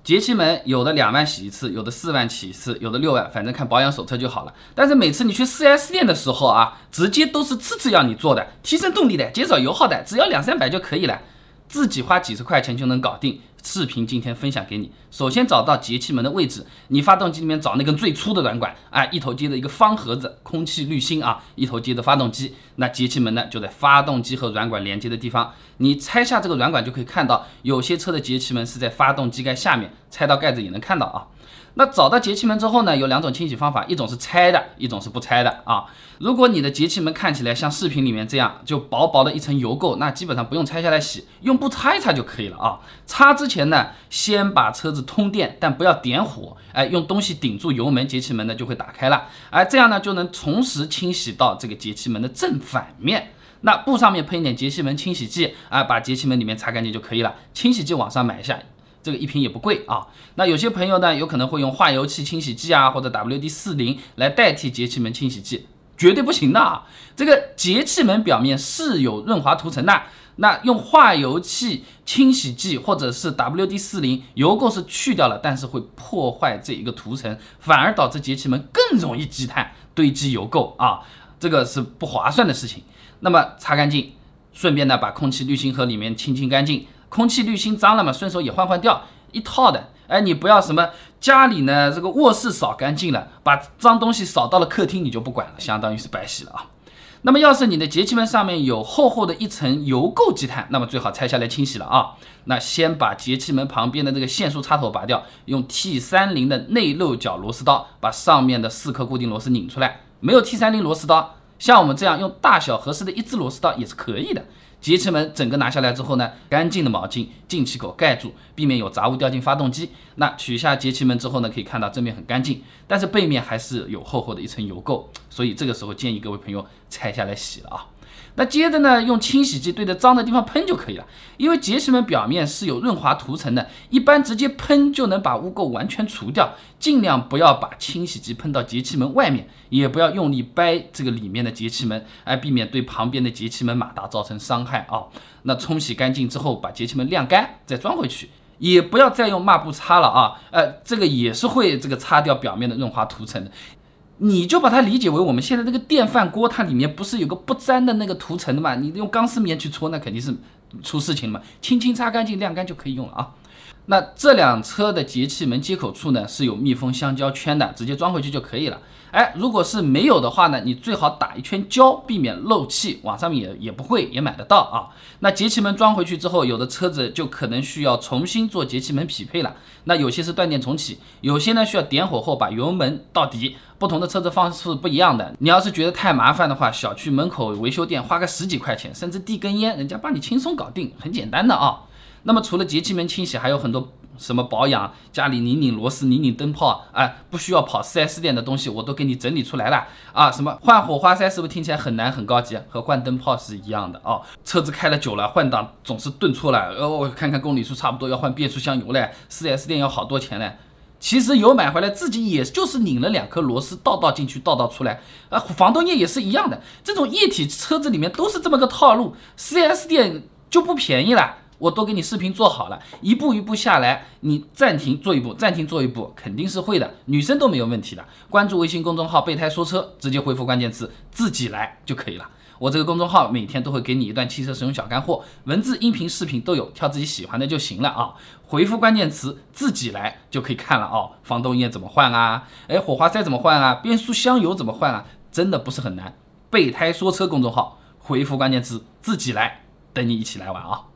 节气门有的2万洗一次，有的4万起一次，有的6万，反正看保养手册就好了。但是每次你去 4S 店的时候啊，直接都是次要你做的，提升动力的，减少油耗的，只要200-300就可以了，自己花几十块钱就能搞定。视频今天分享给你，首先找到节气门的位置，你发动机里面找那根最粗的软管，一头接的一个方盒子，空气滤芯一头接的发动机，那节气门呢就在发动机和软管连接的地方。你拆下这个软管就可以看到，有些车的节气门是在发动机盖下面，拆到盖子也能看到那找到节气门之后呢，有2种清洗方法，一种是拆的，一种是不拆的如果你的节气门看起来像视频里面这样，就薄薄的一层油垢，那基本上不用拆下来洗，用布擦一擦就可以了擦之前呢，先把车子通电，但不要点火，用东西顶住油门，节气门呢就会打开了，这样呢就能同时清洗到这个节气门的正反面。那布上面喷一点节气门清洗剂把节气门里面擦干净就可以了。清洗剂网上买下。这个一瓶也不贵那有些朋友呢，有可能会用化油器清洗剂或者 WD-40 来代替节气门清洗剂，绝对不行的这个节气门表面是有润滑涂层的，那用化油器清洗剂或者是 WD-40， 油垢是去掉了，但是会破坏这一个涂层，反而导致节气门更容易积碳堆积油垢这个是不划算的事情。那么擦干净，顺便呢把空气滤芯盒里面清干净。空气滤芯脏了嘛，顺手也换掉一套的。你不要什么家里呢这个卧室扫干净了，把脏东西扫到了客厅你就不管了，相当于是白洗了那么要是你的节气门上面有厚厚的一层油垢积碳，那么最好拆下来清洗了那先把节气门旁边的这个线束插头拔掉，用 T30 的内漏角螺丝刀把上面的4颗固定螺丝拧出来。没有 T30 螺丝刀，像我们这样用大小合适的一字螺丝刀也是可以的。节气门整个拿下来之后呢，干净的毛巾进气口盖住，避免有杂物掉进发动机。那取下节气门之后呢，可以看到正面很干净，但是背面还是有厚厚的一层油垢，所以这个时候建议各位朋友拆下来洗了那接着呢，用清洗剂对着脏的地方喷就可以了，因为节气门表面是有润滑涂层的，一般直接喷就能把污垢完全除掉。尽量不要把清洗剂喷到节气门外面，也不要用力掰这个里面的节气门，避免对旁边的节气门马达造成伤害那冲洗干净之后，把节气门晾干再装回去，也不要再用抹布擦了这个也是会擦掉表面的润滑涂层的。你就把它理解为我们现在这个电饭锅，它里面不是有个不粘的那个涂层的嘛？你用钢丝棉去搓，那肯定是出事情了嘛。轻轻擦干净晾干就可以用了那这辆车的节气门接口处呢是有密封橡胶圈的，直接装回去就可以了。如果是没有的话呢，你最好打一圈胶，避免漏气。网上面也不会，也买得到那节气门装回去之后，有的车子就可能需要重新做节气门匹配了。那有些是断电重启，有些呢需要点火后把油门到底。不同的车子方式不一样的，你要是觉得太麻烦的话，小区门口维修店花个10几块钱，甚至递根烟，人家帮你轻松搞定，很简单的那么除了节气门清洗，还有很多什么保养，家里拧螺丝、拧灯泡不需要跑 4S 店的东西，我都给你整理出来了什么换火花塞是不是听起来很难很高级？和换灯泡是一样的车子开了久了，换挡总是顿挫了，我看看公里数差不多要换变速箱油了，4S 店要好多钱了。其实油买回来自己也就是拧了2颗螺丝，倒进去，倒出来防冻液也是一样的，这种液体车子里面都是这么个套路。4S 店就不便宜了，我都给你视频做好了，一步一步下来，你暂停做一步，暂停做一步，肯定是会的，女生都没有问题的。关注微信公众号备胎说车，直接回复关键词自己来就可以了。我这个公众号每天都会给你一段汽车使用小干货，文字、音频、视频都有，挑自己喜欢的就行了回复关键词自己来就可以看了防冻液怎么换火花塞怎么换变速箱油怎么换真的不是很难。备胎说车公众号，回复关键词自己来，等你一起来玩